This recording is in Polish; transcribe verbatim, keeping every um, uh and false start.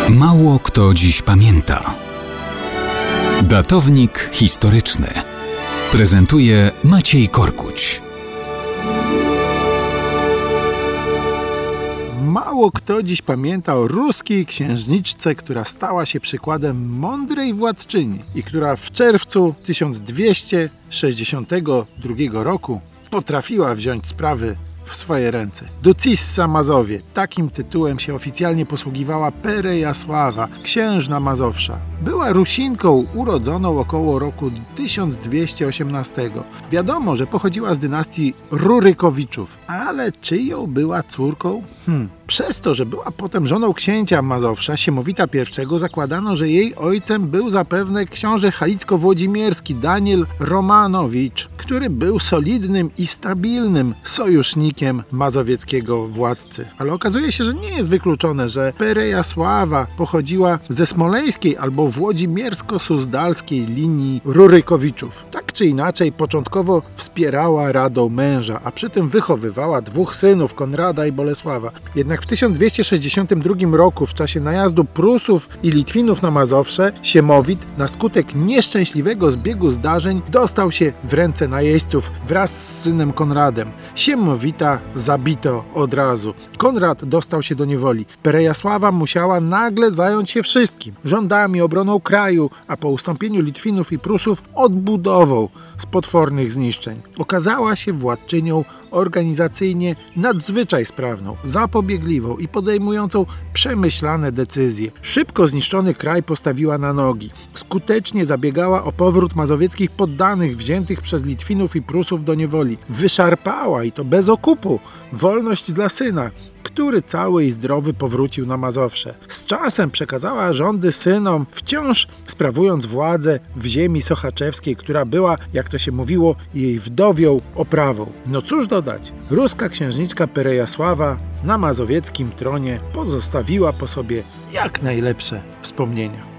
Mało kto dziś pamięta. Datownik historyczny prezentuje Maciej Korkuć. Mało kto dziś pamięta o ruskiej księżniczce, która stała się przykładem mądrej władczyni i która w czerwcu tysiąc dwieście sześćdziesiątego drugiego roku potrafiła wziąć sprawy w swoje ręce. Ducissa Mazowie, takim tytułem się oficjalnie posługiwała Perejasława, księżna Mazowsza. Była Rusinką urodzoną około roku tysiąc dwieście osiemnastego. Wiadomo, że pochodziła z dynastii Rurykowiczów, ale czyją była córką? Hmm. Przez to, że była potem żoną księcia Mazowsza, Siemowita I, zakładano, że jej ojcem był zapewne książę halicko-włodzimierski Daniel Romanowicz, który był solidnym i stabilnym sojusznikiem mazowieckiego władcy. Ale okazuje się, że nie jest wykluczone, że Perejasława pochodziła ze smoleńskiej albo włodzimiersko-suzdalskiej linii Rurykowiczów. Tak czy inaczej, początkowo wspierała radą męża, a przy tym wychowywała dwóch synów, Konrada i Bolesława. Jednak w tysiąc dwieście sześćdziesiątym drugim roku, w czasie najazdu Prusów i Litwinów na Mazowsze, Siemowit na skutek nieszczęśliwego zbiegu zdarzeń dostał się w ręce najeźdźców wraz z synem Konradem. Siemowita zabito od razu. Konrad dostał się do niewoli. Perejasława musiała nagle zająć się wszystkim. Rządami, obroną kraju, a po ustąpieniu Litwinów i Prusów odbudową z potwornych zniszczeń. Okazała się władczynią organizacyjnie nadzwyczaj sprawną, zapobiegliwą i podejmującą przemyślane decyzje. Szybko zniszczony kraj postawiła na nogi. Skutecznie zabiegała o powrót mazowieckich poddanych wziętych przez Litwinów i Prusów do niewoli. Wyszarpała, i to bez okupu, wolność dla syna, który cały i zdrowy powrócił na Mazowsze. Z czasem przekazała rządy synom, wciąż sprawując władzę w ziemi sochaczewskiej, która była, jak to się mówiło, jej wdowią oprawą. No cóż dodać, ruska księżniczka Perejasława na mazowieckim tronie pozostawiła po sobie jak najlepsze wspomnienia.